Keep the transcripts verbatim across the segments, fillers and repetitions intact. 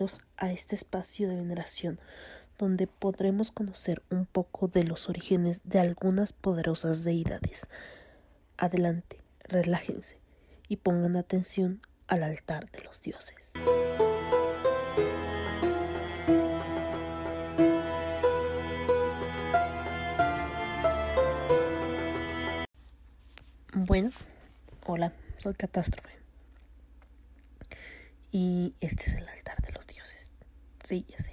bienvenidos a este espacio de veneración donde podremos conocer un poco de los orígenes de algunas poderosas deidades. Adelante, relájense y pongan atención al altar de los dioses. Bueno, hola, soy Catástrofe. Y este es el altar de los dioses. Sí, ya sé.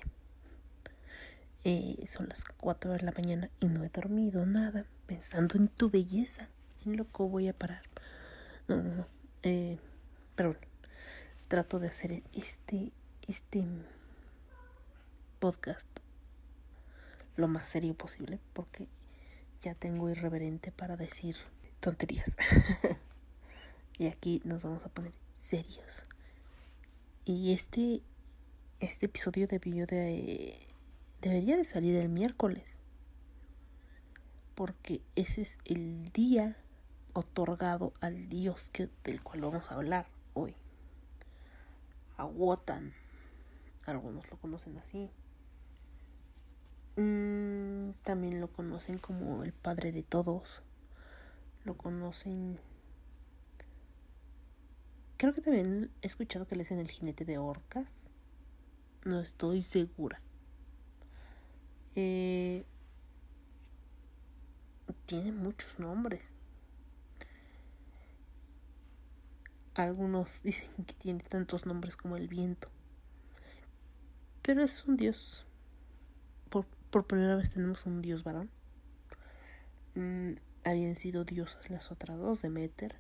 Eh, son las cuatro de la mañana y no he dormido nada, pensando en tu belleza. En loco voy a parar. No, no, no. Eh, pero bueno, trato de hacer este, este podcast lo más serio posible, porque ya tengo irreverente para decir tonterías. Y aquí nos vamos a poner serios. Y este, este episodio debió de, debería de salir el miércoles, porque ese es el día otorgado al dios que, del cual vamos a hablar hoy, a Wotan. Algunos lo conocen así. Mm, también lo conocen como el padre de todos. Lo conocen... Creo que también he escuchado que le dicen el jinete de orcas. No estoy segura. Eh, tiene muchos nombres. Algunos dicen que tiene tantos nombres como el viento. Pero es un dios. Por, por primera vez tenemos un dios varón. Mm, habían sido diosas las otras dos, Demeter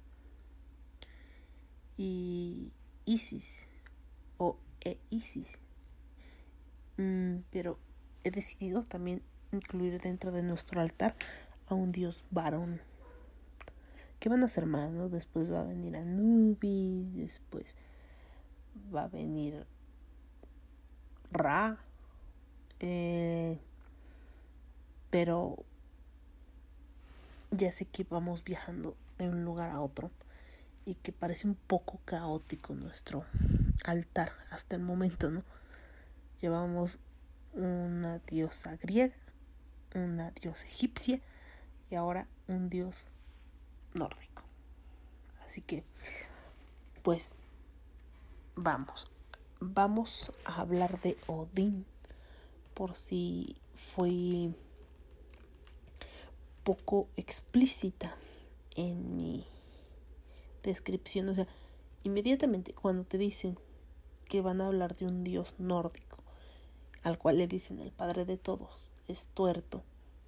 y Isis o e Isis. Mm, pero he decidido también incluir dentro de nuestro altar a un dios varón. ¿Qué van a hacer más, no? Después va a venir Anubis, después va a venir Ra, eh, pero ya sé que vamos viajando de un lugar a otro y que parece un poco caótico nuestro altar hasta el momento, ¿no? Llevamos una diosa griega, una diosa egipcia y ahora un dios nórdico. Así que, pues, vamos. Vamos a hablar de Odín, por si fui poco explícita en mi descripción. O sea, inmediatamente cuando te dicen que van a hablar de un dios nórdico, al cual le dicen el padre de todos, es tuerto.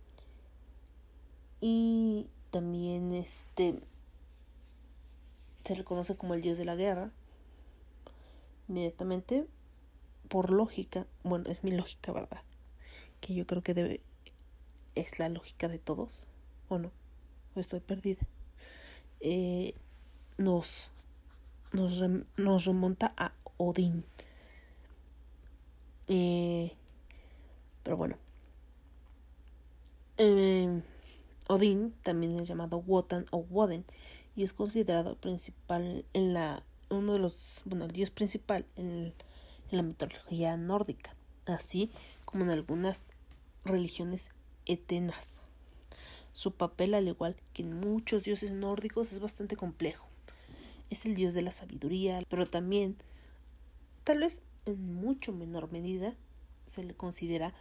Y también este se le conoce como el dios de la guerra. Inmediatamente, por lógica, bueno, es mi lógica, ¿verdad? Que yo creo que debe, es la lógica de todos, ¿o no? O estoy perdida. Eh, nos, nos, rem, nos remonta a Odín. Eh, pero bueno. Eh, Odín también es llamado Wotan o Woden y es considerado principal en la uno de los bueno el dios principal en, el, en la mitología nórdica, así como en algunas religiones etenas. Su papel, al igual que en muchos dioses nórdicos, es bastante complejo. Es el dios de la sabiduría, pero también, tal vez en mucho menor medida, se le considera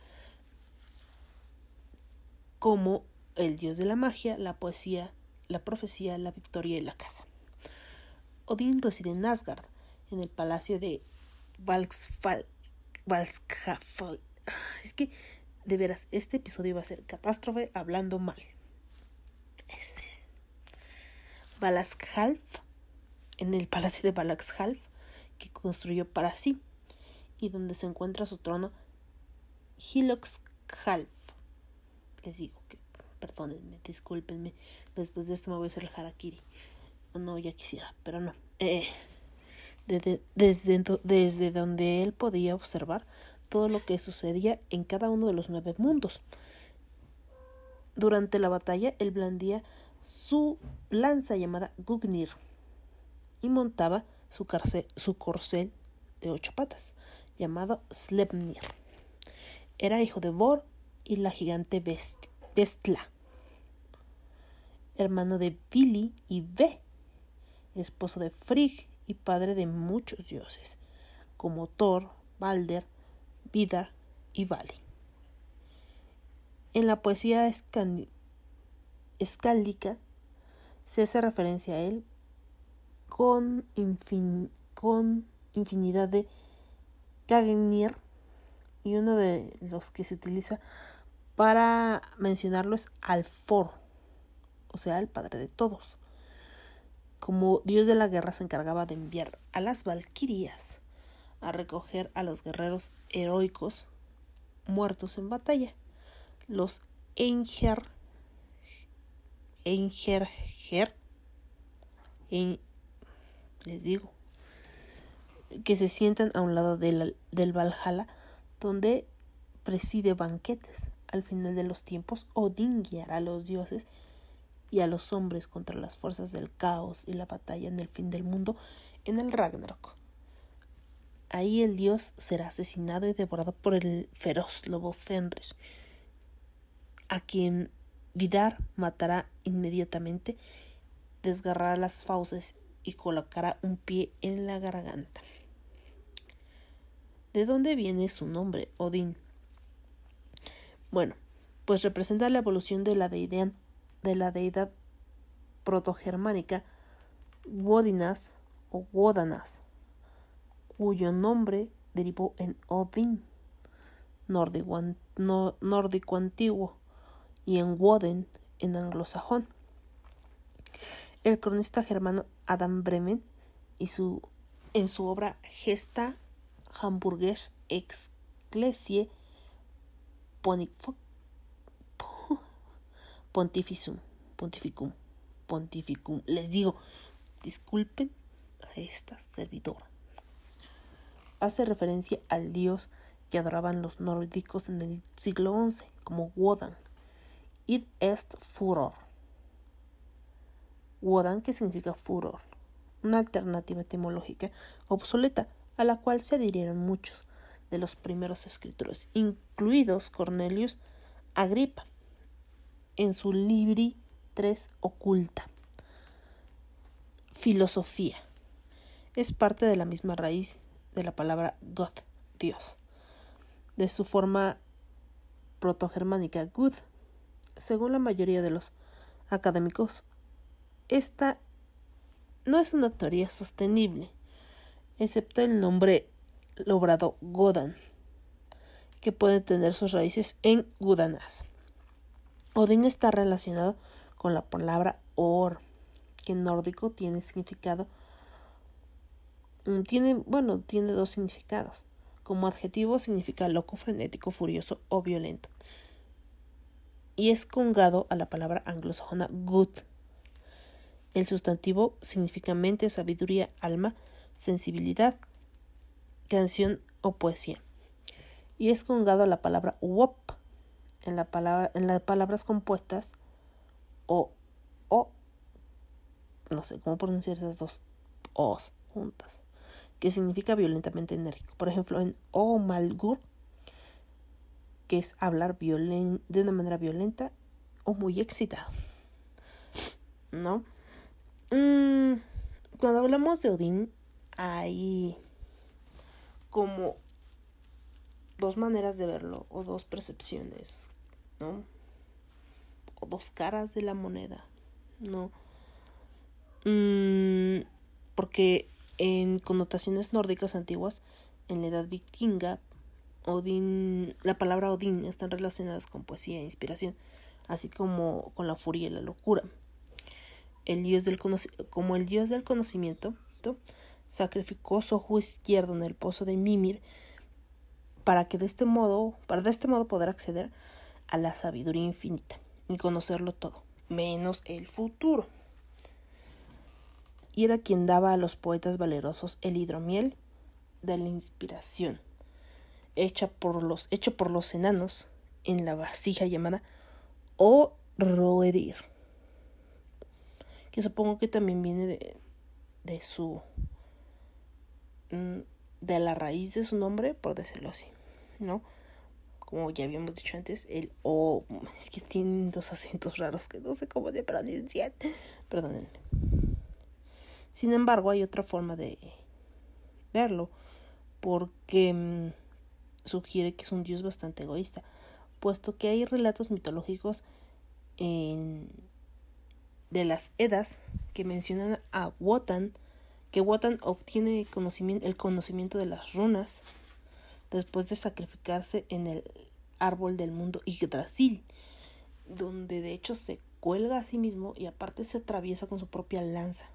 como el dios de la magia, la poesía, la profecía, la victoria y la caza. Odín reside en Asgard, en el palacio de Valksfall. Valskafall. Es que, de veras, este episodio va a ser Catástrofe hablando mal. Ese es. Valaskjalf, en el palacio de Valaskjalf, que construyó para sí, y donde se encuentra su trono Hiloxhalf. Les digo que, perdónenme, discúlpenme, después de esto me voy a hacer el harakiri. No, ya quisiera, pero no. Eh, desde, desde, desde donde él podía observar todo lo que sucedía en cada uno de los nueve mundos. Durante la batalla, él blandía su lanza llamada Gungnir y montaba su, carcel, su corcel de ocho patas, llamado Sleipnir. Era hijo de Bor y la gigante Vest- Vestla, hermano de Vili y Ve, esposo de Frigg y padre de muchos dioses, como Thor, Balder, Vidar y Vali. En la poesía escandi- escáldica se hace referencia a él con, infin- con infinidad de Gagnir, y uno de los que se utiliza para mencionarlo es Alfor, o sea, el padre de todos. Como dios de la guerra se encargaba de enviar a las valquirias a recoger a los guerreros heroicos muertos en batalla. Los Einher, Einherjer, en, les digo, que se sientan a un lado del, del Valhalla, donde preside banquetes. Al final de los tiempos, Odín guiará a los dioses y a los hombres contra las fuerzas del caos y la batalla en el fin del mundo en el Ragnarok. Ahí el dios será asesinado y devorado por el feroz lobo Fenrir, a quien Vidar matará inmediatamente, desgarrará las fauces y colocará un pie en la garganta. ¿De dónde viene su nombre, Odín? Bueno, pues representa la evolución de la deidad, de la deidad protogermánica Wodinas o Wodanas, cuyo nombre derivó en Odín, nórdico, no, nórdico antiguo, y en Woden, en anglosajón. El cronista germano Adam Bremen y su, en su obra Gesta Hamburges Ecclesiae Pontificum, Pontificum, Pontificum, les digo, disculpen a esta servidora, hace referencia al dios que adoraban los nórdicos en el siglo once como Wodan. Id est furor. Wodan, que significa furor, una alternativa etimológica obsoleta a la cual se adhirieron muchos de los primeros escritores, incluidos Cornelius Agripa, en su Libri tres Oculta. Filosofía. Es parte de la misma raíz de la palabra God, Dios, de su forma protogermánica Gud. Según la mayoría de los académicos, esta no es una teoría sostenible, excepto el nombre logrado Godan, que puede tener sus raíces en Gudanas. Odín está relacionado con la palabra Or, que en nórdico tiene significado, tiene, bueno, tiene dos significados. Como adjetivo significa loco, frenético, furioso o violento. Y es congado a la palabra anglosajona good. El sustantivo significa mente, sabiduría, alma, sensibilidad, canción o poesía. Y es congado a la palabra wop en, la palabra, en las palabras compuestas o, o, no sé cómo pronunciar esas dos os juntas, que significa violentamente enérgico. Por ejemplo, en o malgur, que es hablar violen, de una manera violenta o muy excitado, ¿no? Mm, cuando hablamos de Odín, hay como dos maneras de verlo, o dos percepciones, ¿no? O dos caras de la moneda, ¿no? Mm, porque en connotaciones nórdicas antiguas, en la edad vikinga, Odín, la palabra Odín están relacionadas con poesía e inspiración, así como con la furia y la locura. El dios del conoc- como el dios del conocimiento, sacrificó su ojo izquierdo en el pozo de Mimir para que de este modo, para de este modo poder acceder a la sabiduría infinita y conocerlo todo, menos el futuro. Y era quien daba a los poetas valerosos el hidromiel de la inspiración, hecha por los, hecho por los enanos en la vasija llamada Oroedir, que supongo que también viene de, de su de la raíz de su nombre, por decirlo así, ¿no? Como ya habíamos dicho antes, el O, es que tienen dos acentos raros que no sé cómo de pronunciar, perdónenme. Sin embargo, hay otra forma de verlo, porque mmm, sugiere que es un dios bastante egoísta, puesto que hay relatos mitológicos en, de las Edas que mencionan a Wotan, que Wotan obtiene conocimiento, el conocimiento de las runas después de sacrificarse en el árbol del mundo Yggdrasil, donde de hecho se cuelga a sí mismo y aparte se atraviesa con su propia lanza.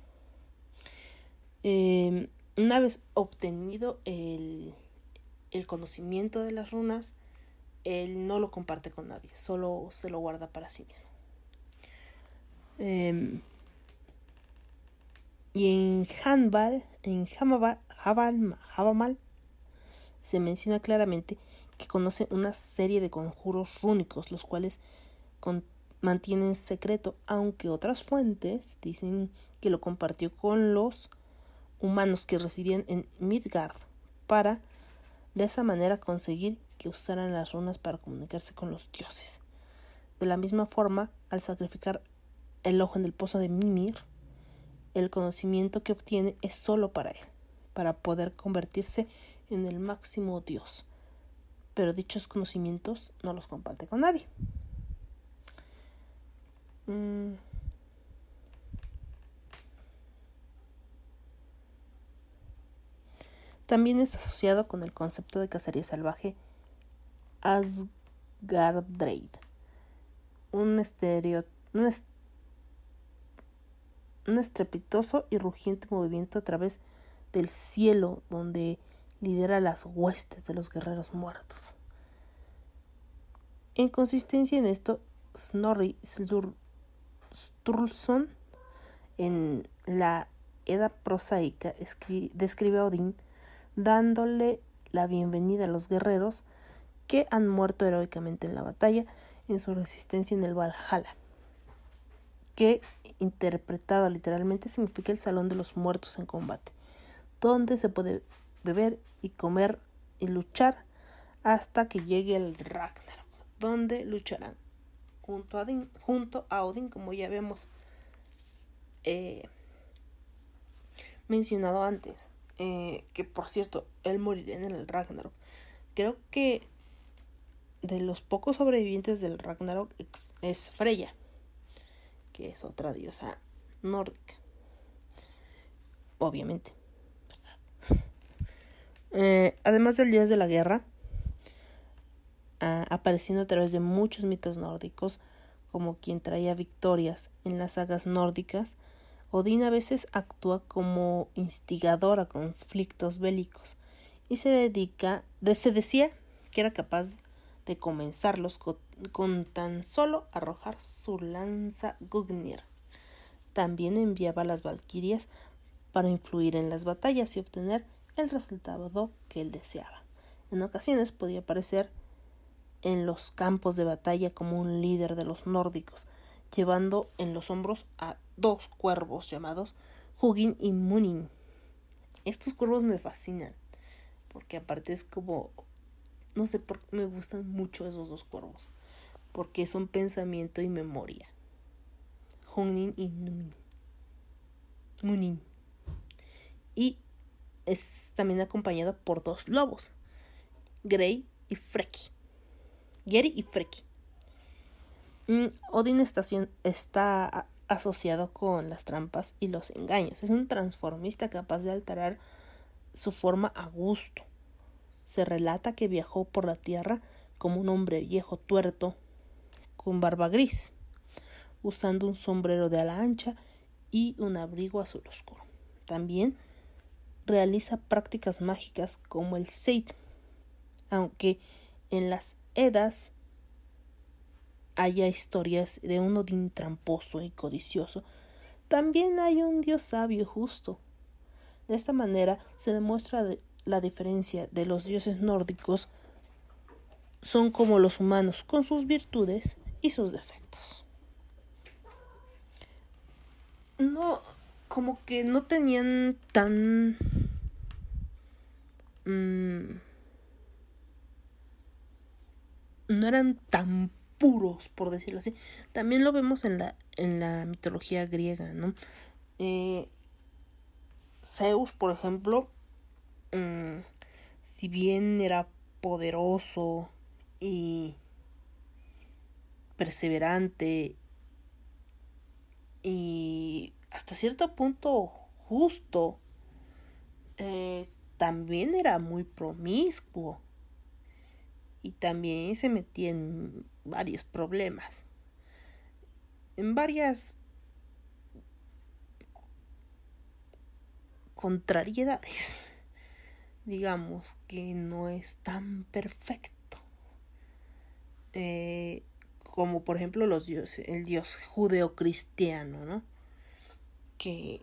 Eh, una vez obtenido el, el conocimiento de las runas, él no lo comparte con nadie, solo se lo guarda para sí mismo. Eh, y en Hanbal, en Hamaval, Havamal, se menciona claramente que conoce una serie de conjuros rúnicos, los cuales con, mantienen secreto, aunque otras fuentes dicen que lo compartió con los humanos que residían en Midgard para de esa manera conseguir que usaran las runas para comunicarse con los dioses. De la misma forma, al sacrificar el ojo en el pozo de Mimir, el conocimiento que obtiene es solo para él, para poder convertirse en el máximo dios. Pero dichos conocimientos no los comparte con nadie. Mm. También es asociado con el concepto de cacería salvaje Asgardreid, un, estereo, un, est, un estrepitoso y rugiente movimiento a través del cielo donde lidera las huestes de los guerreros muertos. En consistencia en esto, Snorri Sturluson en la Edda prosaica escri- describe a Odín dándole la bienvenida a los guerreros que han muerto heroicamente en la batalla en su resistencia en el Valhalla, que interpretado literalmente significa el salón de los muertos en combate, donde se puede beber y comer y luchar hasta que llegue el Ragnarok, donde lucharán junto a Odín, junto a Odín como ya habíamos eh, mencionado antes. Eh, que por cierto, él morirá en el Ragnarok. Creo que de los pocos sobrevivientes del Ragnarok es Freya, que es otra diosa nórdica, obviamente, ¿verdad? Eh, además del dios de la guerra, uh, apareciendo a través de muchos mitos nórdicos como quien traía victorias en las sagas nórdicas, Odín a veces actúa como instigador a conflictos bélicos y se dedica, de, se decía que era capaz de comenzarlos con, con tan solo arrojar su lanza Gungnir. También enviaba a las valquirias para influir en las batallas y obtener el resultado que él deseaba. En ocasiones podía aparecer en los campos de batalla como un líder de los nórdicos, llevando en los hombros a dos cuervos llamados Hugin y Munin. Estos cuervos me fascinan, porque aparte es como, no sé por qué me gustan mucho esos dos cuervos, porque son pensamiento y memoria. Hugin y Munin. Munin. Y es también acompañado por dos lobos, Grey y Freki. Geri y Freki. Mm, Odín estación está a- asociado con las trampas y los engaños. Es un transformista capaz de alterar su forma a gusto. Se relata que viajó por la tierra como un hombre viejo tuerto con barba gris, usando un sombrero de ala ancha y un abrigo azul oscuro. También realiza prácticas mágicas como el Seid, aunque en las Edas haya historias de un Odín tramposo y codicioso, también hay un dios sabio y justo. De esta manera se demuestra de la diferencia de los dioses nórdicos. Son como los humanos, con sus virtudes y sus defectos. No, como que no tenían tan mmm, no eran tan puros, por decirlo así. También lo vemos en la, en la mitología griega, ¿no? Eh, Zeus, por ejemplo, mmm, si bien era poderoso y perseverante y hasta cierto punto justo, eh, también era muy promiscuo y también se metía en varios problemas, en varias contrariedades. Digamos que no es tan perfecto. Eh, como por ejemplo los dioses, el dios judeocristiano, ¿no? Que,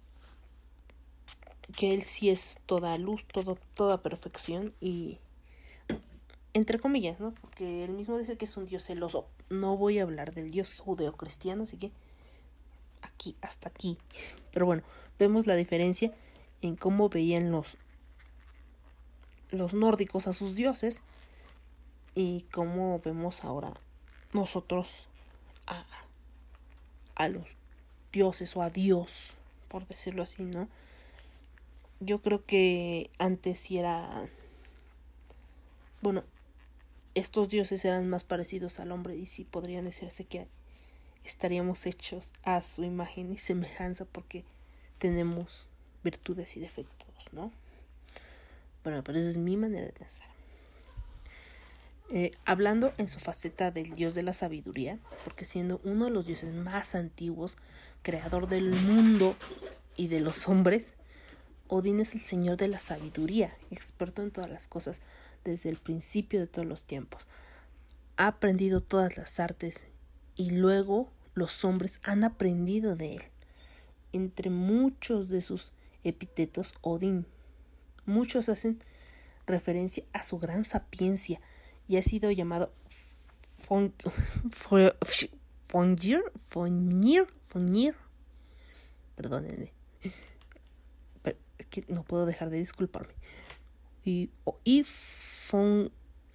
que él sí es toda luz, todo, toda perfección y entre comillas, ¿no? Porque él mismo dice que es un dios celoso. No voy a hablar del dios judeocristiano, así que aquí, hasta aquí. Pero bueno, vemos la diferencia en cómo veían los, los nórdicos a sus dioses y cómo vemos ahora nosotros a, a los dioses o a Dios, por decirlo así, ¿no? Yo creo que antes sí era... Bueno, estos dioses eran más parecidos al hombre y sí podrían decirse que estaríamos hechos a su imagen y semejanza porque tenemos virtudes y defectos, ¿no? Bueno, pero esa es mi manera de pensar. Eh, hablando en su faceta del dios de la sabiduría, porque siendo uno de los dioses más antiguos, creador del mundo y de los hombres, Odín es el señor de la sabiduría, experto en todas las cosas desde el principio de todos los tiempos. Ha aprendido todas las artes y luego los hombres han aprendido de él. Entre muchos de sus epítetos, Odín, muchos hacen referencia a su gran sapiencia y ha sido llamado Fongir, Fongir, Fongir, perdónenme, pero es que no puedo dejar de disculparme, y, y Fong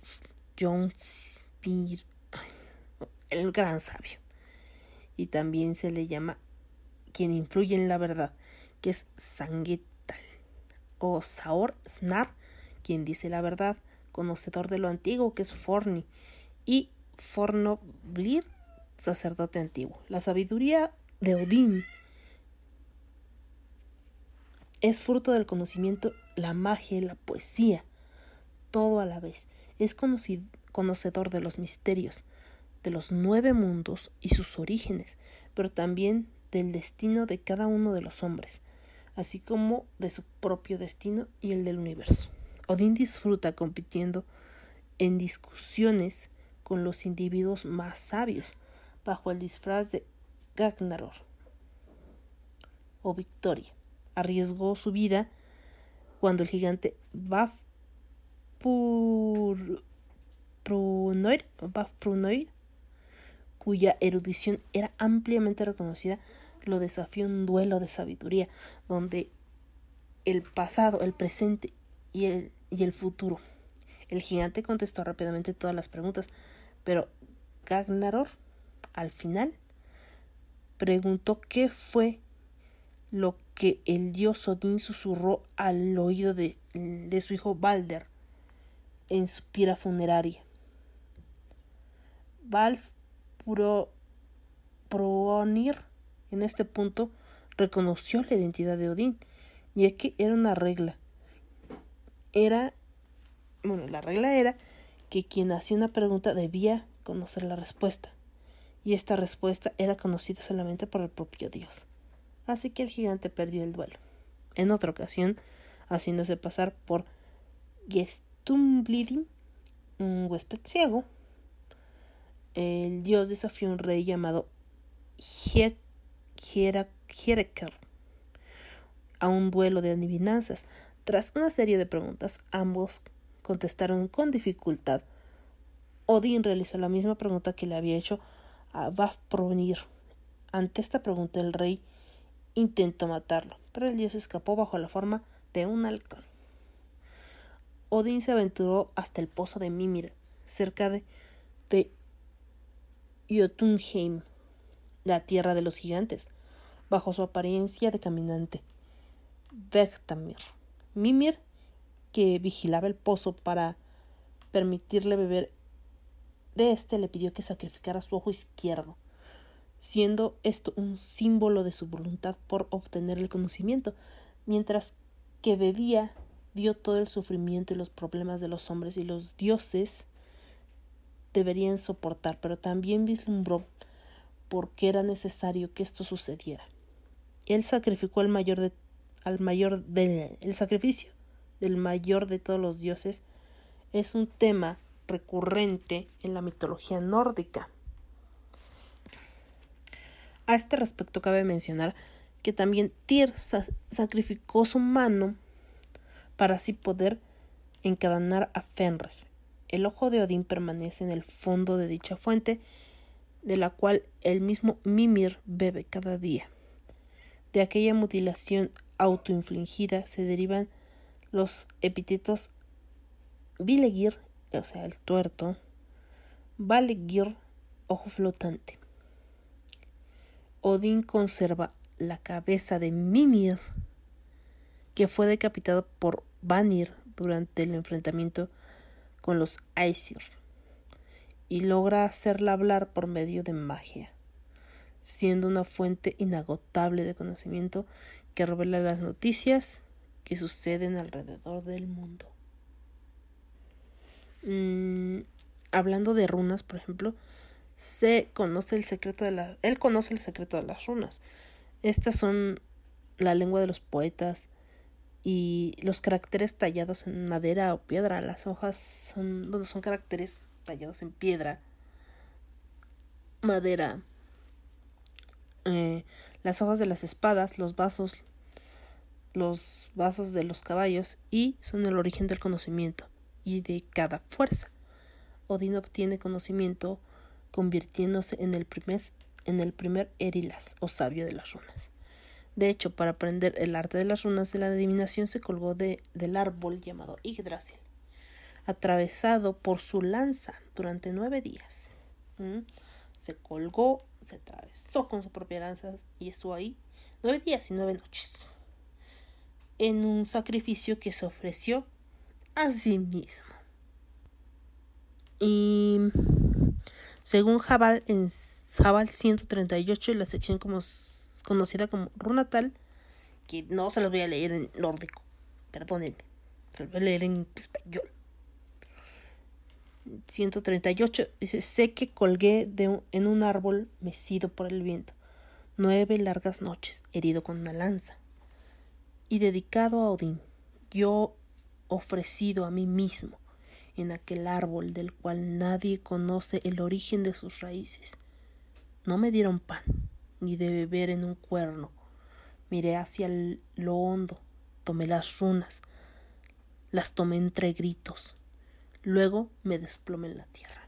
Jonspir, el gran sabio, y también se le llama quien influye en la verdad, que es Sangetal, o Saor Snar, quien dice la verdad, conocedor de lo antiguo, que es Forni, y Fornoblir, sacerdote antiguo. La sabiduría de Odín es fruto del conocimiento, la magia y la poesía, todo a la vez. Es conocido, conocedor de los misterios, de los nueve mundos y sus orígenes, pero también del destino de cada uno de los hombres, así como de su propio destino y el del universo. Odín disfruta compitiendo en discusiones con los individuos más sabios, bajo el disfraz de Ragnarok o victoria. Arriesgó su vida cuando el gigante Vafthrûdnir, cuya erudición era ampliamente reconocida, lo desafió en un duelo de sabiduría, donde el pasado, el presente y el, y el futuro. El gigante contestó rápidamente todas las preguntas, pero Ragnarok, al final, preguntó qué fue lo que el dios Odín susurró al oído de, de su hijo Balder en su pira funeraria. Vafthrûdnir en este punto reconoció la identidad de Odín, ya que era una regla. Era, bueno, la regla era que quien hacía una pregunta debía conocer la respuesta, y esta respuesta era conocida solamente por el propio Dios. Así que el gigante perdió el duelo. En otra ocasión, haciéndose pasar por Gestumblidin, un huésped ciego, el dios desafió a un rey llamado Hjerek a un duelo de adivinanzas. Tras una serie de preguntas, ambos contestaron con dificultad. Odín realizó la misma pregunta que le había hecho a Vafthrûdnir. Ante esta pregunta, el rey intentó matarlo, pero el dios escapó bajo la forma de un halcón. Odín se aventuró hasta el pozo de Mimir, cerca de, de Jotunheim, la tierra de los gigantes, bajo su apariencia de caminante. Vegtamir. Mimir, que vigilaba el pozo para permitirle beber de éste, le pidió que sacrificara su ojo izquierdo, siendo esto un símbolo de su voluntad por obtener el conocimiento, mientras que bebía, vio todo el sufrimiento y los problemas de los hombres y los dioses deberían soportar, pero también vislumbró por qué era necesario que esto sucediera. Él sacrificó al mayor de, al mayor de, el sacrificio del mayor de todos los dioses es un tema recurrente en la mitología nórdica. A este respecto cabe mencionar que también Tyr sa- sacrificó su mano para así poder encadenar a Fenrir. El ojo de Odín permanece en el fondo de dicha fuente, de la cual el mismo Mimir bebe cada día. De aquella mutilación autoinfligida se derivan los epítetos Vilegir, o sea, el tuerto, Valegir, ojo flotante. Odín conserva la cabeza de Mimir, que fue decapitado por Vanir durante el enfrentamiento con los Aesir, y logra hacerla hablar por medio de magia, siendo una fuente inagotable de conocimiento que revela las noticias que suceden alrededor del mundo. Mm, hablando de runas, por ejemplo, se conoce el secreto de la, él conoce el secreto de las runas. Estas son la lengua de los poetas y los caracteres tallados en madera o piedra. Las hojas son, bueno, son caracteres tallados en piedra, madera, eh, las hojas de las espadas, los vasos, los vasos de los caballos, y son el origen del conocimiento y de cada fuerza. Odín obtiene conocimiento convirtiéndose en el primer, en el primer Erilas o sabio de las runas. De hecho, para aprender el arte de las runas de la adivinación se colgó de, del árbol llamado Yggdrasil, atravesado por su lanza durante nueve días. ¿Mm? Se colgó, se atravesó con su propia lanza y estuvo ahí nueve días y nueve noches, en un sacrificio que se ofreció a sí mismo. Y según Jabal, en Jabal ciento treinta y ocho, la sección como, conocida como Runatal, que no se las voy a leer en nórdico, perdónenme, se las voy a leer en español. ciento treinta y ocho dice: sé que colgué de un, en un árbol mecido por el viento nueve largas noches, herido con una lanza, y dedicado a Odín, yo ofrecido a mí mismo en aquel árbol del cual nadie conoce el origen de sus raíces. No me dieron pan, ni de beber en un cuerno. Miré hacia el, lo hondo, tomé las runas, las tomé entre gritos. Luego me desplomé en la tierra.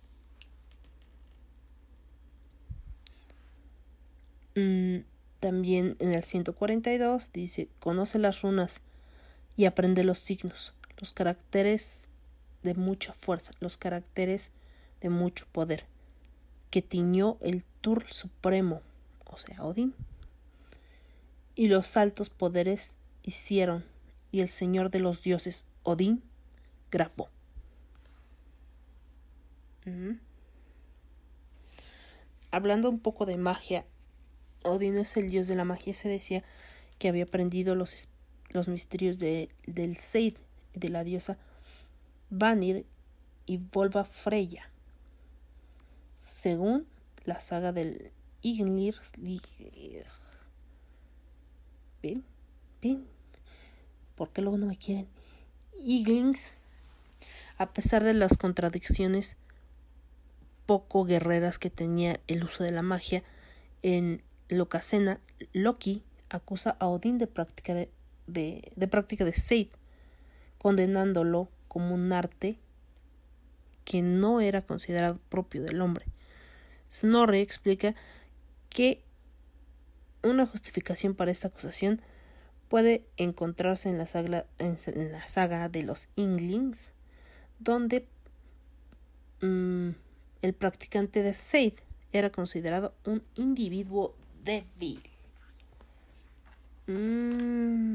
Mm, también en el ciento cuarenta y dos dice: conoce las runas y aprende los signos, los caracteres de mucha fuerza, los caracteres de mucho poder, que tiñó el Tur supremo, o sea, Odín, y los altos poderes hicieron, y el señor de los dioses, Odín, grabó. Uh-huh. Hablando un poco de magia, Odín es el dios de la magia. Se decía que había aprendido los, los misterios de, del Seid, de la diosa Vanir y Volva Freya. Según la saga del Ignir, ¿ven? ¿Ven? ¿Por qué luego no me quieren? Iglings, a pesar de las contradicciones poco guerreras que tenía el uso de la magia, en Locasena, Loki acusa a Odín de práctica de, de, de práctica de Seid, condenándolo como un arte que no era considerado propio del hombre. Snorri explica que una justificación para esta acusación puede encontrarse en la saga, en la saga de los Inglings, donde mmm, el practicante de Seid era considerado un individuo débil. Mm.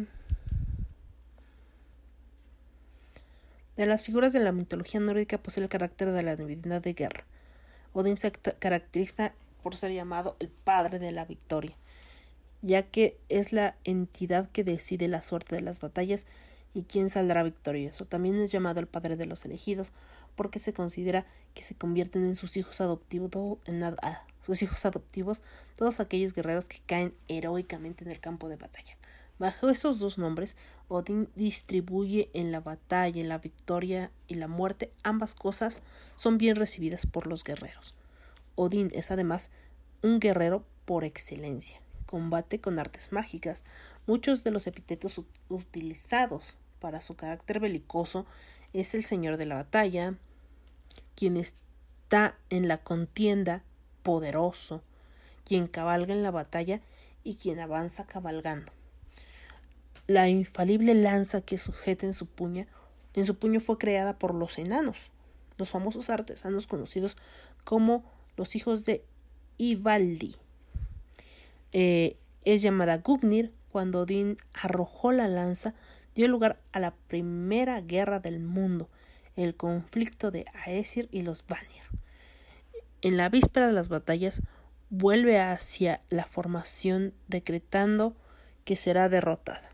De las figuras de la mitología nórdica posee el carácter de la divinidad de guerra. Odín se caracteriza por ser llamado el padre de la victoria, ya que es la entidad que decide la suerte de las batallas y quién saldrá victorioso. También es llamado el padre de los elegidos, porque se considera que se convierten en sus hijos adoptivos, en ah, sus hijos adoptivos todos aquellos guerreros que caen heroicamente en el campo de batalla. Bajo esos dos nombres, Odín distribuye en la batalla, en la victoria y la muerte. Ambas cosas son bien recibidas por los guerreros. Odín es además un guerrero por excelencia. Combate con artes mágicas. Muchos de los epítetos ut- utilizados para su carácter belicoso es el señor de la batalla, quien está en la contienda, poderoso, quien cabalga en la batalla y quien avanza cabalgando. La infalible lanza que sujeta en su puño, en su puño fue creada por los enanos, los famosos artesanos conocidos como los hijos de Ivaldi. Eh, es llamada Gungnir. Cuando Odín arrojó la lanza, dio lugar a la primera guerra del mundo, el conflicto de Aesir y los Vanir. En la víspera de las batallas, vuelve hacia la formación decretando que será derrotada.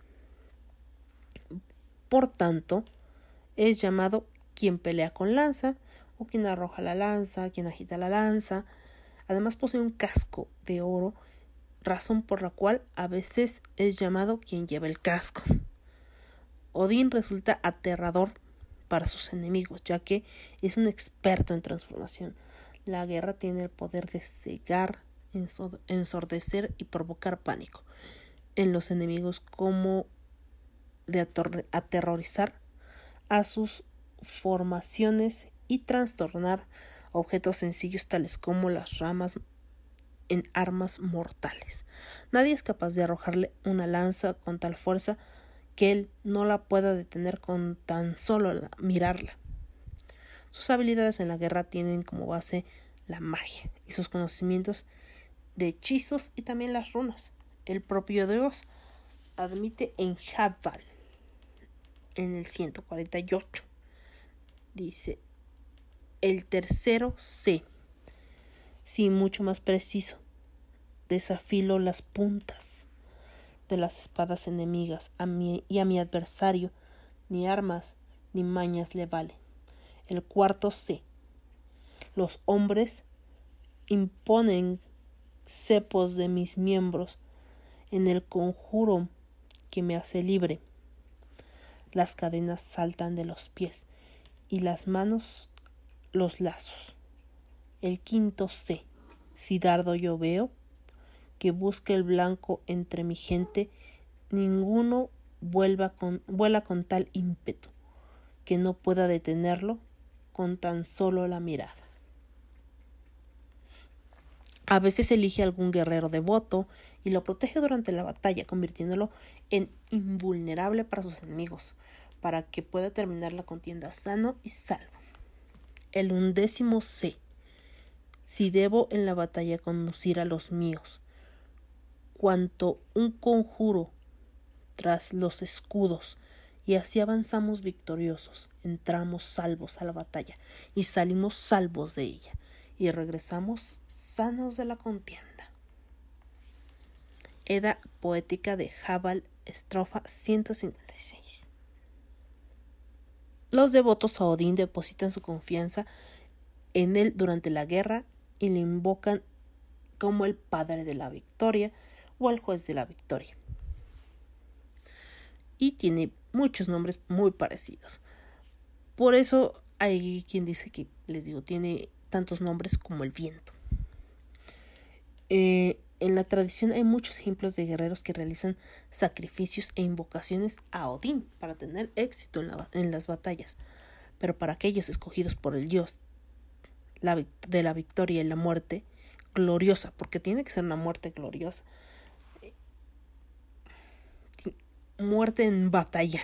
Por tanto, es llamado quien pelea con lanza o quien arroja la lanza, quien agita la lanza. Además posee un casco de oro, razón por la cual a veces es llamado quien lleva el casco. Odín resulta aterrador para sus enemigos, ya que es un experto en transformación. La guerra tiene el poder de cegar, ensordecer y provocar pánico en los enemigos, como de ator- aterrorizar a sus formaciones y trastornar objetos sencillos tales como las ramas en armas mortales. Nadie es capaz de arrojarle una lanza con tal fuerza que él no la pueda detener con tan solo la, mirarla. Sus habilidades en la guerra tienen como base la magia y sus conocimientos de hechizos y también las runas. El propio Dios admite en Hadval, en el ciento cuarenta y ocho, dice: el tercero sé, sí, mucho más preciso, desafilo las puntas de las espadas enemigas a mí y a mi adversario, ni armas ni mañas le valen. El cuarto sé, los hombres imponen cepos de mis miembros en el conjuro que me hace libre. Las cadenas saltan de los pies y las manos los lazos. El quinto sé, si dardo yo veo, que busque el blanco entre mi gente, ninguno vuelva con, vuela con tal ímpetu, que no pueda detenerlo con tan solo la mirada. A veces elige algún guerrero devoto y lo protege durante la batalla, convirtiéndolo en invulnerable para sus enemigos, para que pueda terminar la contienda sano y salvo. El undécimo sé, si debo en la batalla conducir a los míos, cuanto un conjuro tras los escudos, y así avanzamos victoriosos, entramos salvos a la batalla y salimos salvos de ella, y regresamos sanos de la contienda. Edda poética de Hadval, estrofa ciento cincuenta y seis. Los devotos a Odín depositan su confianza en él durante la guerra y le invocan como el padre de la victoria o el juez de la victoria. Y tiene muchos nombres muy parecidos. Por eso hay quien dice que, les digo, tiene tantos nombres como el viento. Eh, en la tradición hay muchos ejemplos de guerreros que realizan sacrificios e invocaciones a Odín para tener éxito en, la, en las batallas. Pero para aquellos escogidos por el dios la, de la victoria y la muerte gloriosa, porque tiene que ser una muerte gloriosa, muerte en batalla.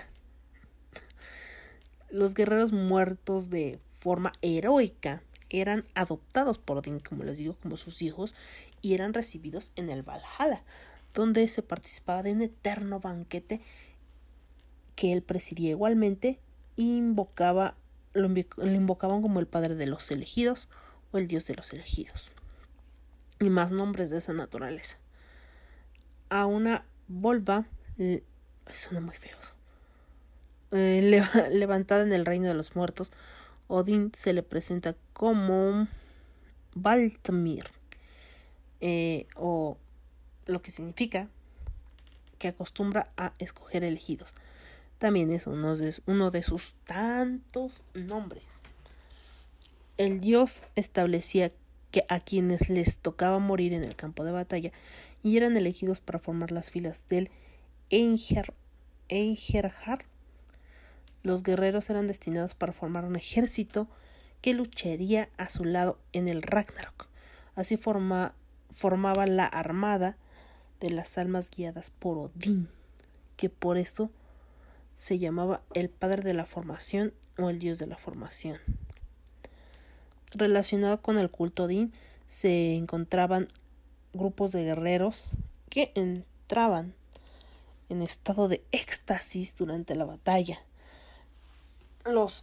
Los guerreros muertos de forma heroica eran adoptados por Odín, como les digo, como sus hijos, y eran recibidos en el Valhalla, donde se participaba de un eterno banquete que él presidía igualmente. Invocaba, lo, lo invocaban como el padre de los elegidos o el dios de los elegidos, y más nombres de esa naturaleza. A una volva, eh, suena muy feo, eh, le, levantada en el reino de los muertos, Odín se le presenta como Valtmir, eh, o lo que significa que acostumbra a escoger elegidos. También es uno de, uno de sus tantos nombres. El dios establecía que a quienes les tocaba morir en el campo de batalla y eran elegidos para formar las filas del Einher, Einherjar, los guerreros eran destinados para formar un ejército que lucharía a su lado en el Ragnarok. Así forma, formaba la armada de las almas guiadas por Odín, que por esto se llamaba el padre de la formación o el dios de la formación. Relacionado con el culto Odín se encontraban grupos de guerreros que entraban en estado de éxtasis durante la batalla. Los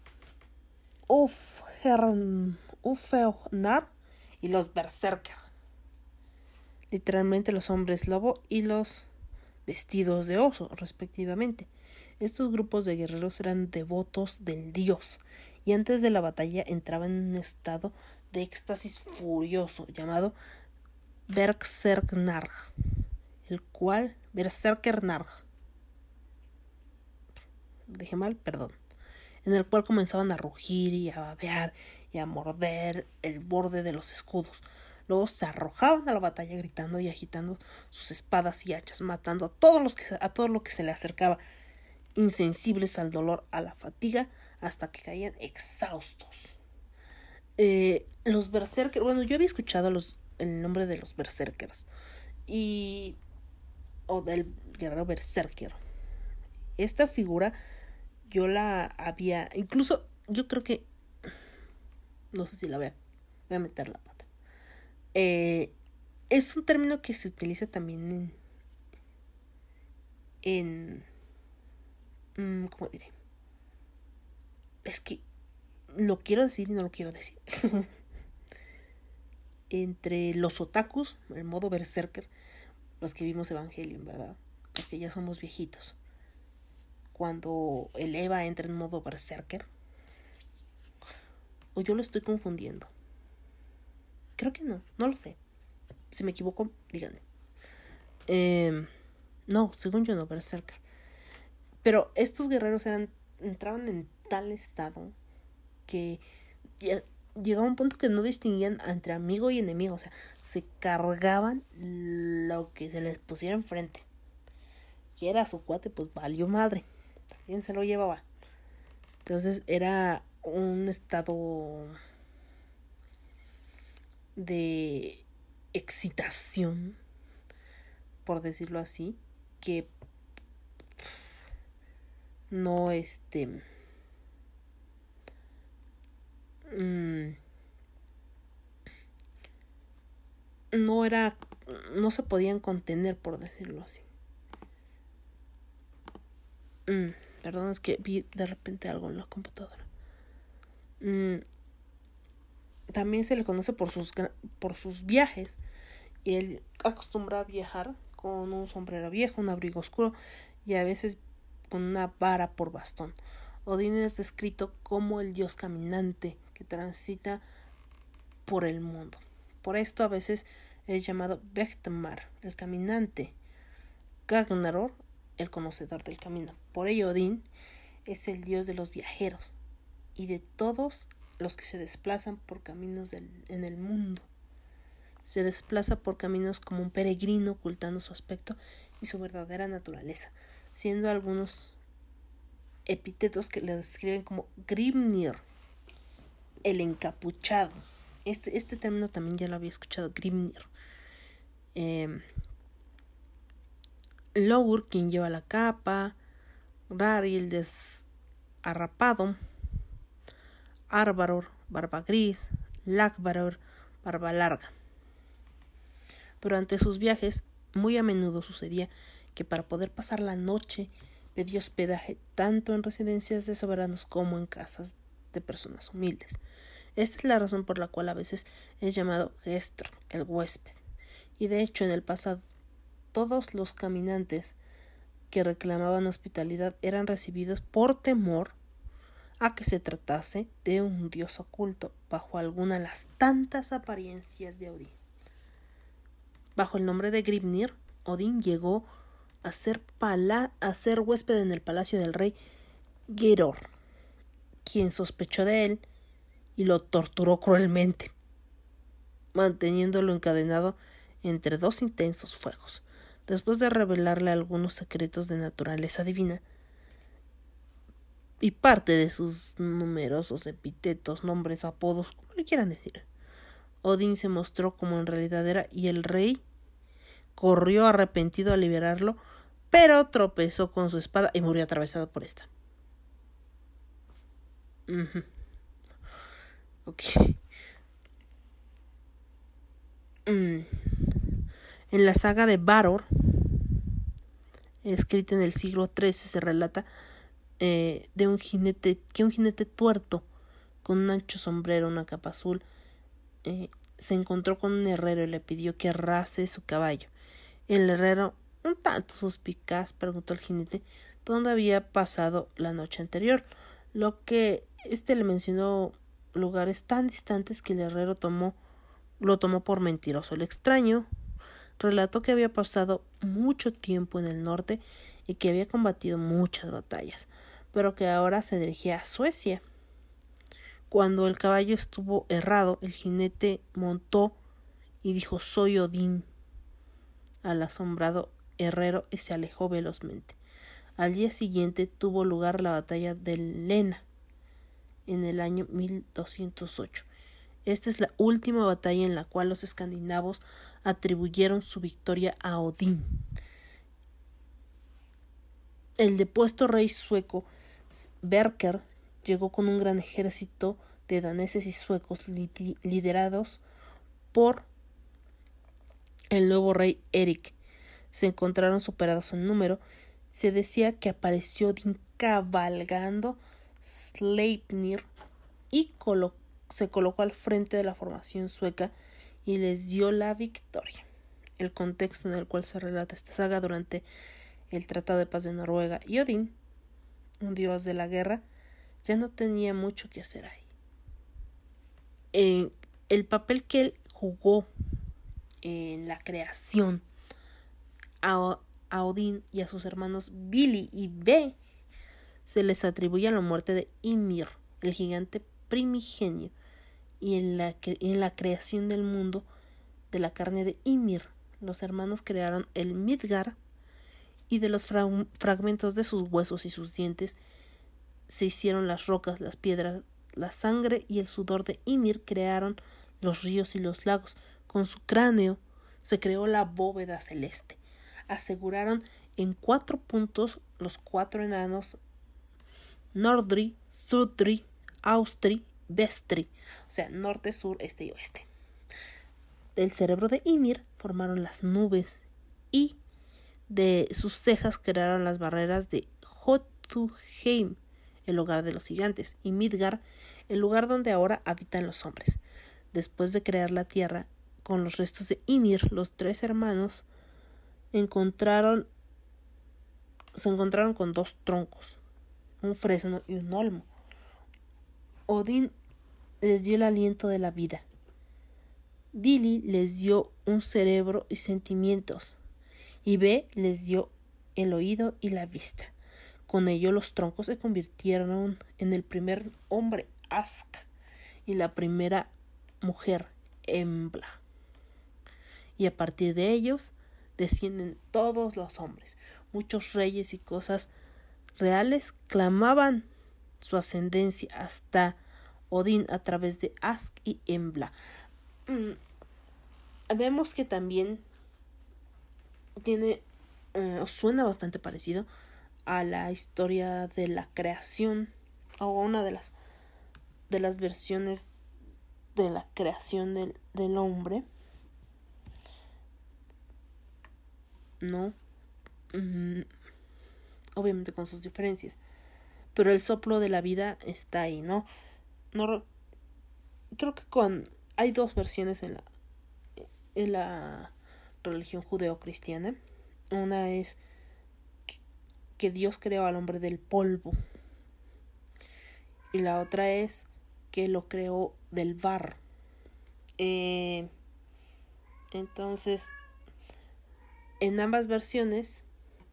Ufeonar y los Berserker, literalmente los hombres lobo y los vestidos de oso, respectivamente. Estos grupos de guerreros eran devotos del dios y antes de la batalla entraban en un estado de éxtasis furioso llamado Berserknarg, el cual Berserkernarg, dije mal, perdón, en el cual comenzaban a rugir y a babear y a morder el borde de los escudos. Luego se arrojaban a la batalla gritando y agitando sus espadas y hachas, matando a todos los que, a todo lo que se le acercaba, insensibles al dolor, a la fatiga, hasta que caían exhaustos. Eh, los berserkers, bueno, yo había escuchado los, el nombre de los berserkers y o del guerrero berserker. Esta figura yo la había, incluso yo creo que, no sé si la voy a, voy a meter la pata. Eh, es un término que se utiliza también en, en ¿cómo diré? Es que lo quiero decir y no lo quiero decir. Entre los otakus, el modo berserker, los que vimos Evangelion, ¿verdad? Los que ya somos viejitos. Cuando el Eva entra en modo berserker, o yo lo estoy confundiendo. Creo que no, no lo sé. Si me equivoco, díganme. Eh, no, según yo no, berserker. Pero estos guerreros eran, entraban en tal estado que llegaba un punto que no distinguían entre amigo y enemigo. O sea, se cargaban lo que se les pusiera enfrente. Y era su cuate, pues valió madre. También se lo llevaba. Entonces era un estado de excitación, por decirlo así, que no este mmm, no era no se podían contener, por decirlo así. Mm, perdón, es que vi de repente algo en la computadora. Mm, también se le conoce por sus por sus viajes. Y él acostumbra a viajar con un sombrero viejo, un abrigo oscuro y a veces con una vara por bastón. Odín es descrito como el dios caminante que transita por el mundo. Por esto a veces es llamado Vegtamar, el caminante, Gagnaror, el conocedor del camino. Por ello Odín es el dios de los viajeros y de todos los que se desplazan por caminos del, en el mundo. Se desplaza por caminos como un peregrino, ocultando su aspecto y su verdadera naturaleza, siendo algunos epítetos que le describen como Grimnir, el encapuchado. Este, este término también ya lo había escuchado, Grimnir. Eh, Logur, quien lleva la capa, Rari, el desarrapado, Arvaror, barba gris, Lagvaror, barba larga. Durante sus viajes, muy a menudo sucedía que para poder pasar la noche pedía hospedaje tanto en residencias de soberanos como en casas de personas humildes. Esta es la razón por la cual a veces es llamado Gestr, el huésped. Y de hecho, en el pasado, todos los caminantes que reclamaban hospitalidad eran recibidos por temor a que se tratase de un dios oculto bajo alguna de las tantas apariencias de Odín. Bajo el nombre de Grimnir, Odín llegó a ser, pala- a ser huésped en el palacio del rey Geiror, quien sospechó de él y lo torturó cruelmente, manteniéndolo encadenado entre dos intensos fuegos. Después de revelarle algunos secretos de naturaleza divina y parte de sus numerosos epítetos, nombres, apodos, como le quieran decir, Odín se mostró como en realidad era y el rey corrió arrepentido a liberarlo, pero tropezó con su espada y murió atravesado por esta. Uh-huh. Ok. Mm. En la saga de Varor, escrita en el siglo trece, se relata eh, de un jinete, que un jinete tuerto con un ancho sombrero, una capa azul, eh, se encontró con un herrero y le pidió que arrase su caballo. El herrero, un tanto suspicaz, preguntó al jinete dónde había pasado la noche anterior, lo que éste le mencionó lugares tan distantes que el herrero tomó, lo tomó por mentiroso. El extraño relató que había pasado mucho tiempo en el norte y que había combatido muchas batallas, pero que ahora se dirigía a Suecia. Cuando el caballo estuvo errado, el jinete montó y dijo: «Soy Odín», al asombrado herrero, y se alejó velozmente. Al día siguiente tuvo lugar la batalla de Lena en el año mil doscientos ocho. Esta es la última batalla en la cual los escandinavos atribuyeron su victoria a Odín. El depuesto rey sueco Sverker llegó con un gran ejército de daneses y suecos liderados por el nuevo rey Erik. Se encontraron superados en número. Se decía que apareció Odín cabalgando Sleipnir y colo- se colocó al frente de la formación sueca y les dio la victoria. El contexto en el cual se relata esta saga durante el Tratado de Paz de Noruega, y Odín, un dios de la guerra, ya no tenía mucho que hacer ahí. Eh, el papel que él jugó en la creación a, a Odín y a sus hermanos Vili y Ve se les atribuye a la muerte de Ymir, el gigante primigenio, y en la, en la creación del mundo de la carne de Ymir. Los hermanos crearon el Midgard, y de los fra- fragmentos de sus huesos y sus dientes se hicieron las rocas, las piedras, la sangre y el sudor de Ymir crearon los ríos y los lagos. Con su cráneo se creó la bóveda celeste. Aseguraron en cuatro puntos los cuatro enanos Nordri, Sudri, Austri, Vestri, o sea, norte, sur, este y oeste. Del cerebro de Ymir formaron las nubes y de sus cejas crearon las barreras de Jotunheim, el hogar de los gigantes, y Midgard, el lugar donde ahora habitan los hombres. Después de crear la tierra con los restos de Ymir, los tres hermanos encontraron, se encontraron con dos troncos, un fresno y un olmo. Odín les dio el aliento de la vida. Vili les dio un cerebro y sentimientos, y Ve les dio el oído y la vista. Con ello los troncos se convirtieron en el primer hombre Ask y la primera mujer Embla. Y a partir de ellos descienden todos los hombres. Muchos reyes y cosas reales clamaban su ascendencia hasta Odín a través de Ask y Embla. Mm. Vemos que también tiene eh, suena bastante parecido a la historia de la creación, o a una de las de las versiones de la creación del, del hombre, ¿no? Mm, obviamente con sus diferencias, pero el soplo de la vida está ahí, ¿no? No creo que con hay dos versiones en la en la religión judeocristiana. Una es que Dios creó al hombre del polvo, y la otra es que lo creó del barro. Eh, entonces, en ambas versiones,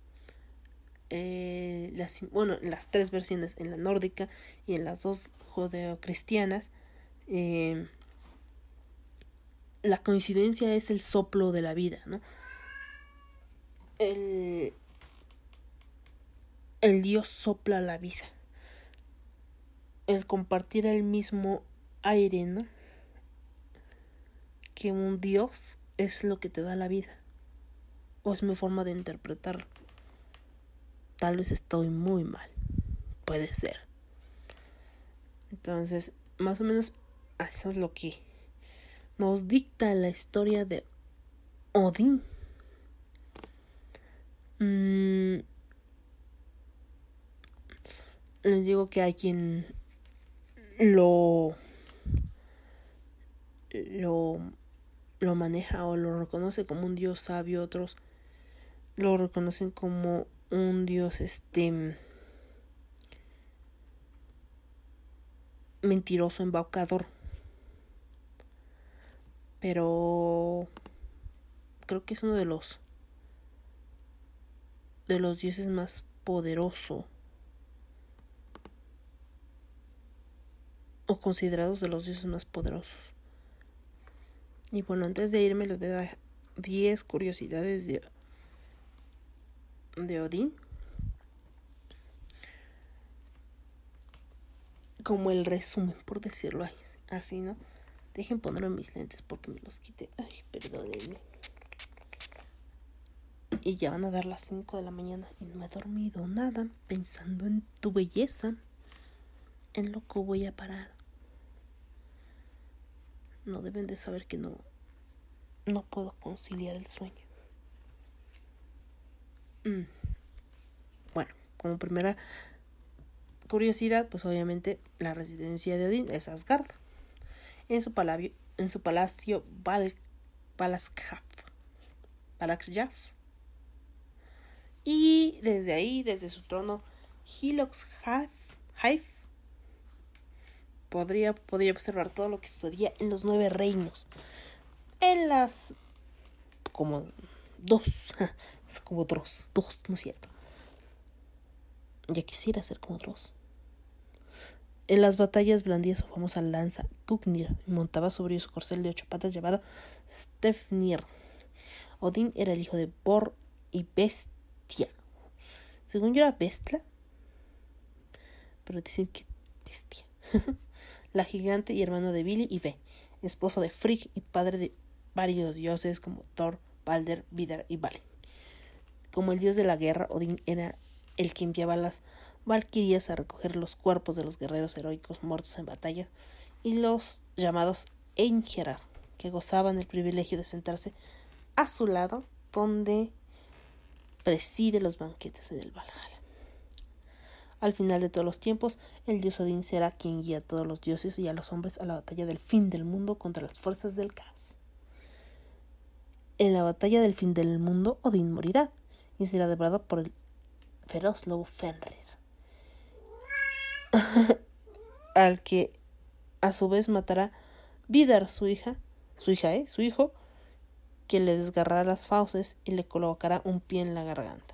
eh, las, bueno, las tres versiones, en la nórdica y en las dos judeocristianas, eh, la coincidencia es el soplo de la vida, ¿no? El, el Dios sopla la vida. El compartir el mismo aire, ¿no? Que un Dios es lo que te da la vida. O es mi forma de interpretarlo. Tal vez estoy muy mal. Puede ser. Entonces, más o menos eso es lo que nos dicta la historia de Odín. Mm, les digo que hay quien lo lo lo maneja o lo reconoce como un dios sabio, otros lo reconocen como un dios este mentiroso, embaucador. Pero creo que es uno de los de los dioses más poderosos, o considerados de los dioses más poderosos. Y bueno, antes de irme les voy a dar diez curiosidades de, de Odín. Como el resumen, por decirlo así, ¿no? Dejen ponerme mis lentes porque me los quité. Ay, perdónenme. Y ya van a dar las cinco de la mañana y no me he dormido nada, pensando en tu belleza. En lo que voy a parar. No deben de saber que no no puedo conciliar el sueño. Mm. Bueno, como primera curiosidad, pues obviamente la residencia de Odín es Asgard. En su palacio, en su palacio Val, Valaskjaf. Valaskjaf. Y desde ahí, desde su trono, Hiloxhaf podría, podría observar todo lo que sucedía en los nueve reinos. En las como dos, como Dross, dos, no es cierto. Ya quisiera ser como Dross. En las batallas blandía su famosa lanza Gungnir y montaba sobre su corcel de ocho patas llamado Stefnir. Odín era el hijo de Bor y Bestia. Según yo era Bestla, pero dicen que Bestia. La gigante y hermano de Vili y Ve, esposo de Frigg y padre de varios dioses como Thor, Balder, Vidar y Vali. Como el dios de la guerra, Odín era el que enviaba a las valquirias a recoger los cuerpos de los guerreros heroicos muertos en batalla, y los llamados Einherjar, que gozaban el privilegio de sentarse a su lado, donde preside los banquetes en el Valhalla. Al final de todos los tiempos, el dios Odín será quien guía a todos los dioses y a los hombres a la batalla del fin del mundo contra las fuerzas del caos. En la batalla del fin del mundo, Odín morirá y será devorado por el feroz lobo Fenrir, al que a su vez matará Vidar, su hija, su hija, ¿eh? su hijo, que le desgarrará las fauces y le colocará un pie en la garganta.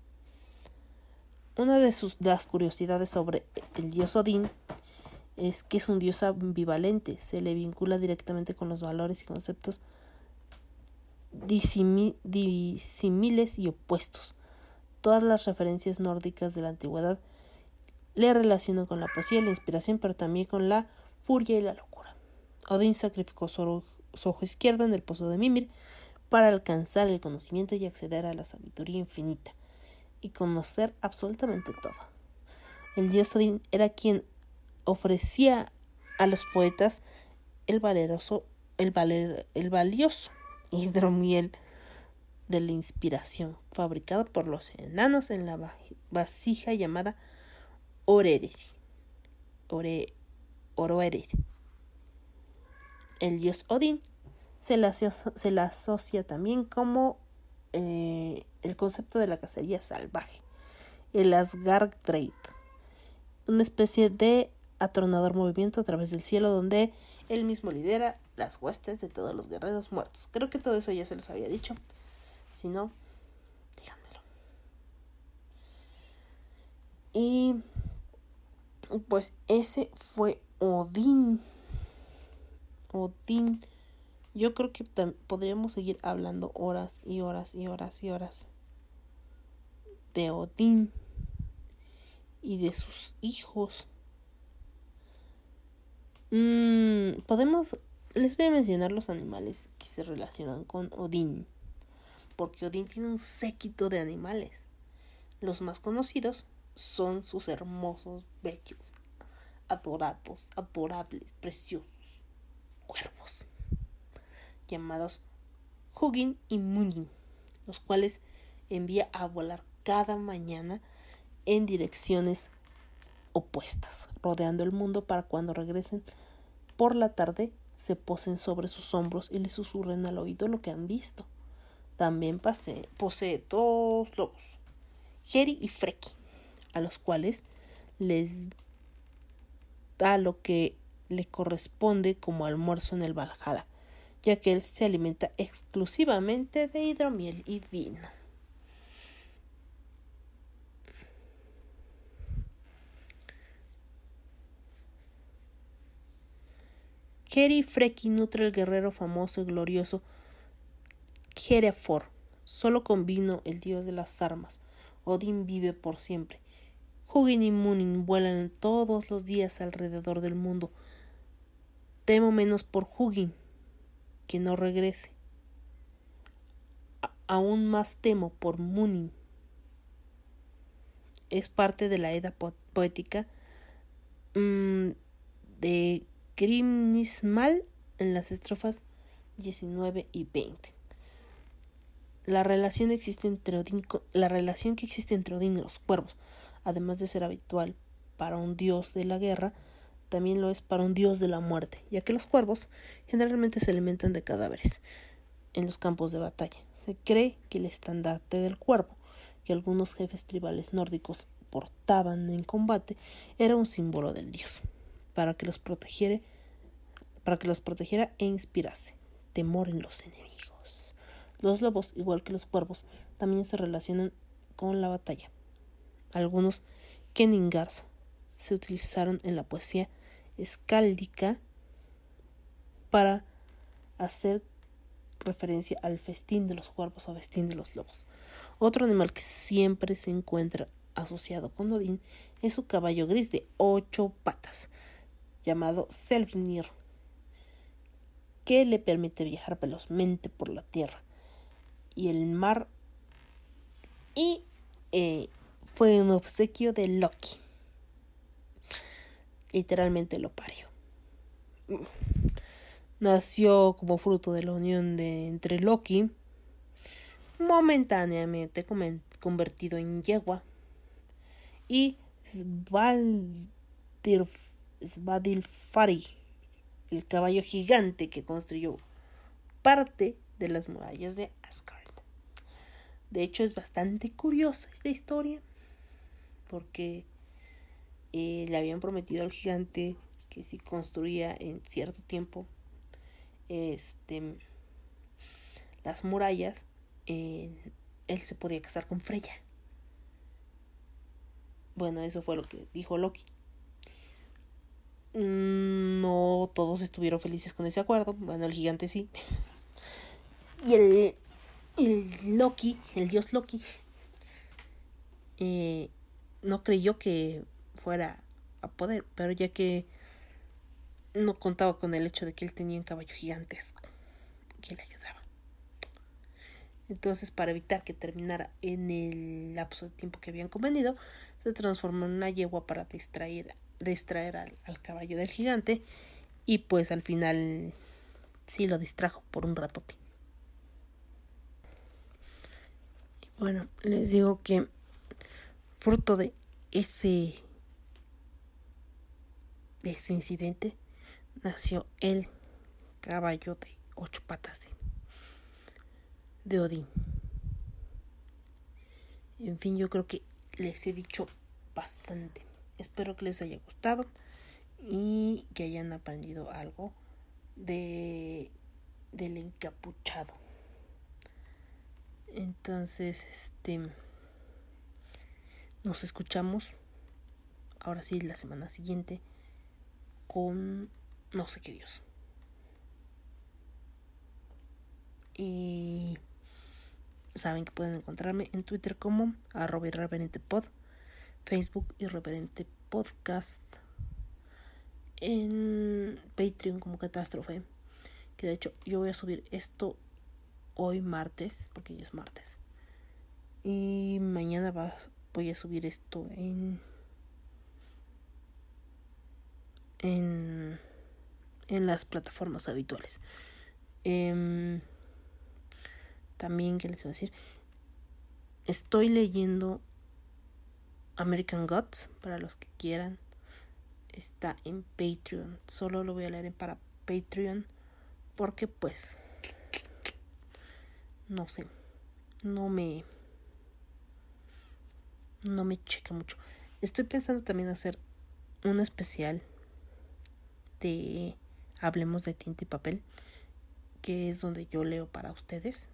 Una de sus de las curiosidades sobre el dios Odín es que es un dios ambivalente. Se le vincula directamente con los valores y conceptos disimi, disímiles y opuestos. Todas las referencias nórdicas de la antigüedad le relacionan con la poesía y la inspiración, pero también con la furia y la locura. Odín sacrificó su, su ojo izquierdo en el pozo de Mimir para alcanzar el conocimiento y acceder a la sabiduría infinita y conocer absolutamente todo. El dios Odín era quien ofrecía a los poetas el valeroso, el, valer, el valioso hidromiel de la inspiración, fabricado por los enanos en la vasija llamada Orere. Ore, Oroere. El dios Odín se le asocia, se le asocia también como eh, el concepto de la cacería salvaje, el Asgardreid, una especie de atronador movimiento a través del cielo donde él mismo lidera las huestes de todos los guerreros muertos. Creo que todo eso ya se los había dicho. Si no, díganmelo. Y pues ese fue Odín. Odín. Yo creo que tam- podríamos seguir hablando horas y horas y horas y horas de Odín y de sus hijos. Mm, podemos, les voy a mencionar los animales que se relacionan con Odín, porque Odín tiene un séquito de animales. Los más conocidos son sus hermosos, bellos, adorados, adorables, preciosos cuervos, llamados Hugin y Munin, los cuales envía a volar cada mañana en direcciones opuestas, rodeando el mundo para cuando regresen por la tarde se posen sobre sus hombros y le susurren al oído lo que han visto. También posee, posee dos lobos, Heri y Freki, a los cuales les da lo que le corresponde como almuerzo en el Valhalla, ya que él se alimenta exclusivamente de hidromiel y vino. Heri y Freki nutre el guerrero famoso y glorioso Herefor. Solo con vino, el dios de las armas, Odín vive por siempre. Hugin y Munin vuelan todos los días alrededor del mundo. Temo menos por Hugin, que no regrese. A- aún más temo por Munin. Es parte de la Edda po- poética mmm, de Grimnismal en las estrofas diecinueve y veinte. La relación, existe entre Odín, la relación que existe entre Odín y los cuervos, además de ser habitual para un dios de la guerra, también lo es para un dios de la muerte, ya que los cuervos generalmente se alimentan de cadáveres en los campos de batalla. Se cree que el estandarte del cuervo, que algunos jefes tribales nórdicos portaban en combate, era un símbolo del dios, para que los protegiera, para que los protegiera e inspirase temor en los enemigos. Los lobos, igual que los cuervos, también se relacionan con la batalla. Algunos Keningars se utilizaron en la poesía escáldica para hacer referencia al festín de los cuervos o festín de los lobos. Otro animal que siempre se encuentra asociado con Odín es su caballo gris de ocho patas, llamado Selfnir, que le permite viajar velozmente por la tierra y el mar, y eh, fue un obsequio de Loki. Literalmente lo parió. Nació como fruto de la unión de entre Loki, momentáneamente convertido en yegua, y Svaldir, Svadilfari, el caballo gigante que construyó parte de las murallas de Asgard. De hecho, es bastante curiosa esta historia, porque eh, le habían prometido al gigante que si construía en cierto tiempo este, las murallas, eh, él se podía casar con Freya. Bueno, eso fue lo que dijo Loki. No todos estuvieron felices con ese acuerdo. Bueno, el gigante sí. Y el, el Loki, el dios Loki, eh, no creyó que fuera a poder, pero ya que no contaba con el hecho de que él tenía un caballo gigantesco que le ayudaba. Entonces, para evitar que terminara en el lapso de tiempo que habían convenido, se transformó en una yegua para distraer, distraer al, al caballo del gigante. Y pues al final sí lo distrajo por un ratote. Bueno, les digo que fruto de ese, de ese incidente nació el caballo de ocho patas de, de Odín. En fin, yo creo que les he dicho bastante. Espero que les haya gustado y que hayan aprendido algo de del encapuchado. Entonces, este nos escuchamos ahora sí la semana siguiente con no sé qué Dios. Y saben que pueden encontrarme en Twitter como arroba irreverentepod, Facebook Irreverente Podcast, en Patreon como Catástrofe, que de hecho yo voy a subir esto hoy martes, porque ya es martes, y mañana va, voy a subir esto en en en las plataformas habituales. Eh, también, ¿qué les voy a decir? Estoy leyendo American Gods, para los que quieran. Está en Patreon. Solo lo voy a leer para Patreon porque pues no sé, no me no me checa mucho. Estoy pensando también hacer un especial de Hablemos de Tinta y Papel, que es donde yo leo para ustedes,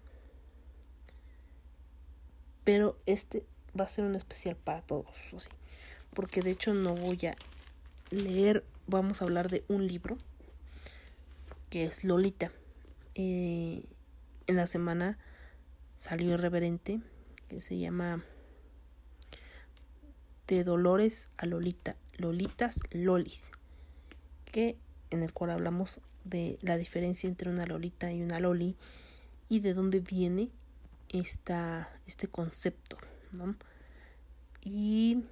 pero este va a ser un especial para todos, así, porque de hecho no voy a leer, vamos a hablar de un libro que es Lolita. Eh, en la semana salió Irreverente, que se llama De Dolores a Lolita, Lolitas Lolis, que en el cual hablamos de la diferencia entre una Lolita y una Loli y de dónde viene esta, este concepto, ¿no? Y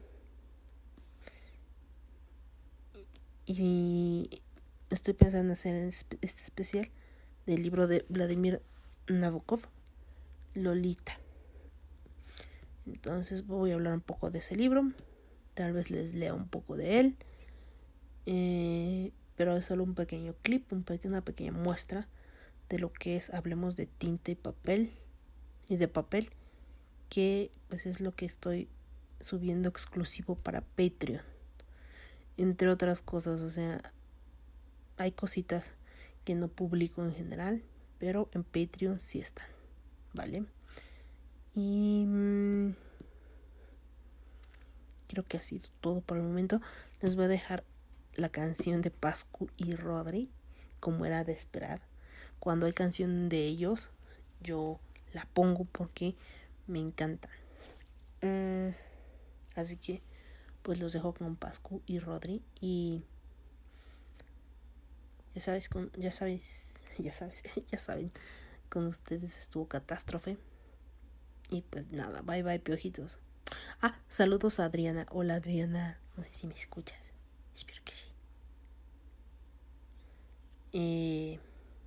y estoy pensando en hacer este especial del libro de Vladimir Nabokov, Lolita. Entonces voy a hablar un poco de ese libro, tal vez les lea un poco de él, eh, pero es solo un pequeño clip, un pe- una pequeña muestra de lo que es Hablemos de Tinta y Papel y de Papel, que pues es lo que estoy subiendo exclusivo para Patreon, entre otras cosas. O sea, hay cositas que no publico en general, pero en Patreon sí están, ¿vale? Y mmm, creo que ha sido todo por el momento. Les voy a dejar la canción de Pascu y Rodri, como era de esperar. Cuando hay canción de ellos, yo la pongo porque me encanta. Mm, así que pues los dejo con Pascu y Rodri. Y ya sabes, con, ya sabes, ya sabes, ya saben, con ustedes estuvo Catástrofe. Y pues nada, bye bye, piojitos. Ah, saludos a Adriana. Hola Adriana, no sé si me escuchas. Espero que sí. Eh,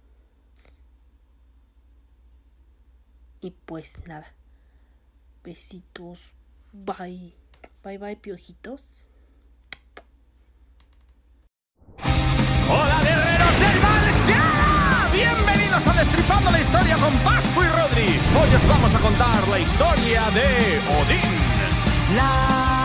y pues nada, besitos, bye, bye bye, piojitos. ¡Hola, guerreros del Valhalla! Bienvenidos a Destripando la Historia con Pascu y Rodri. Hoy os vamos a contar la historia de Odín. La